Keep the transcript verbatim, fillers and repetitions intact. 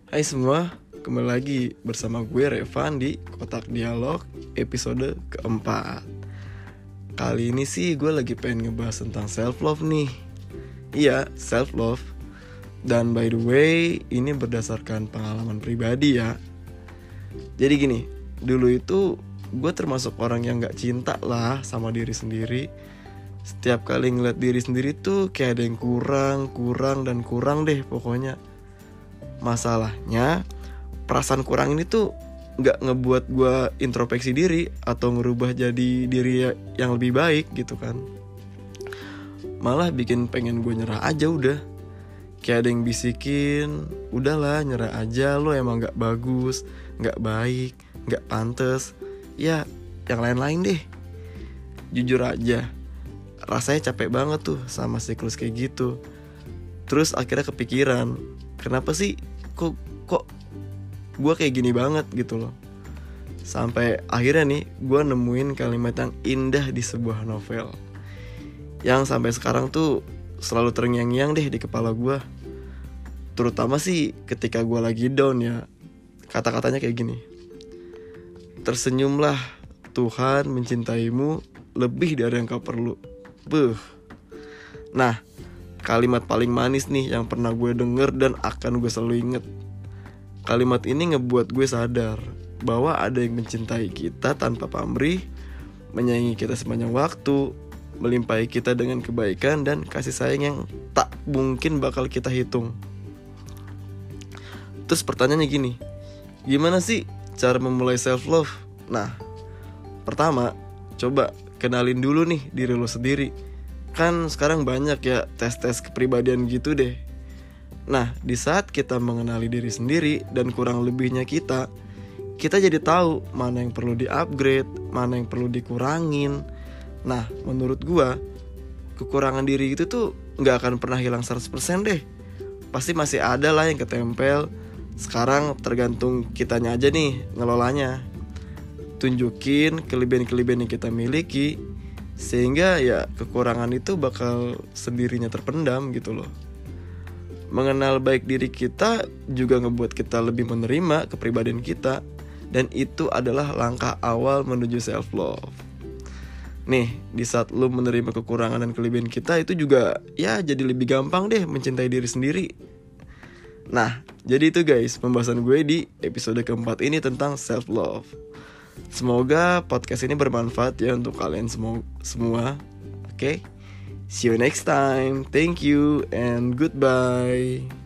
Hai semua, kembali lagi bersama gue Revan di Kotak Dialog episode keempat. Kali ini sih gue lagi pengen ngebahas tentang self-love nih. Iya, self-love. Dan by the way, ini berdasarkan pengalaman pribadi ya. Jadi gini, dulu itu gue termasuk orang yang gak cinta lah sama diri sendiri. Setiap kali ngeliat diri sendiri tuh kayak ada yang kurang, kurang, dan kurang deh pokoknya. Masalahnya, perasaan kurang ini tuh gak ngebuat gue introspeksi diri atau ngerubah jadi diri yang lebih baik gitu kan. Malah bikin pengen gue nyerah aja udah. Kayak ada yang bisikin, udahlah nyerah aja, lo emang gak bagus, gak baik, gak pantes. Ya, yang lain-lain deh. Jujur aja, rasanya capek banget tuh sama siklus kayak gitu. Terus akhirnya kepikiran, kenapa sih kok kok gue kayak gini banget gitu loh. Sampai akhirnya nih gue nemuin kalimat yang indah di sebuah novel, yang sampai sekarang tuh selalu terngiang-ngiang deh di kepala gue. Terutama sih ketika gue lagi down ya. Kata-katanya kayak gini: tersenyumlah, Tuhan mencintaimu lebih dari yang kau perlu. Beuh. Nah, kalimat paling manis nih yang pernah gue denger dan akan gue selalu inget. Kalimat ini ngebuat gue sadar bahwa ada yang mencintai kita tanpa pamrih, menyayangi kita sepanjang waktu, melimpahi kita dengan kebaikan dan kasih sayang yang tak mungkin bakal kita hitung. Terus pertanyaannya gini, gimana sih cara memulai self-love? Nah, pertama, coba kenalin dulu nih diri lo sendiri. Kan sekarang banyak ya tes-tes kepribadian gitu deh. Nah, di saat kita mengenali diri sendiri dan kurang lebihnya kita, kita jadi tahu mana yang perlu di-upgrade, mana yang perlu dikurangin. Nah, menurut gua, kekurangan diri itu tuh gak akan pernah hilang seratus persen deh. Pasti masih ada lah yang ketempel. Sekarang tergantung kitanya aja nih ngelolanya. Tunjukin kelebihan-kelebihan yang kita miliki, sehingga ya kekurangan itu bakal sendirinya terpendam gitu loh. Mengenal baik diri kita juga ngebuat kita lebih menerima kepribadian kita, dan itu adalah langkah awal menuju self-love. Nih, di saat lu menerima kekurangan dan kelebihan kita, itu juga ya jadi lebih gampang deh mencintai diri sendiri. Nah, jadi itu guys pembahasan gue di episode keempat ini tentang self-love. Semoga podcast ini bermanfaat ya untuk kalian semua, semua. Oke, okay? See you next time. Thank you and goodbye.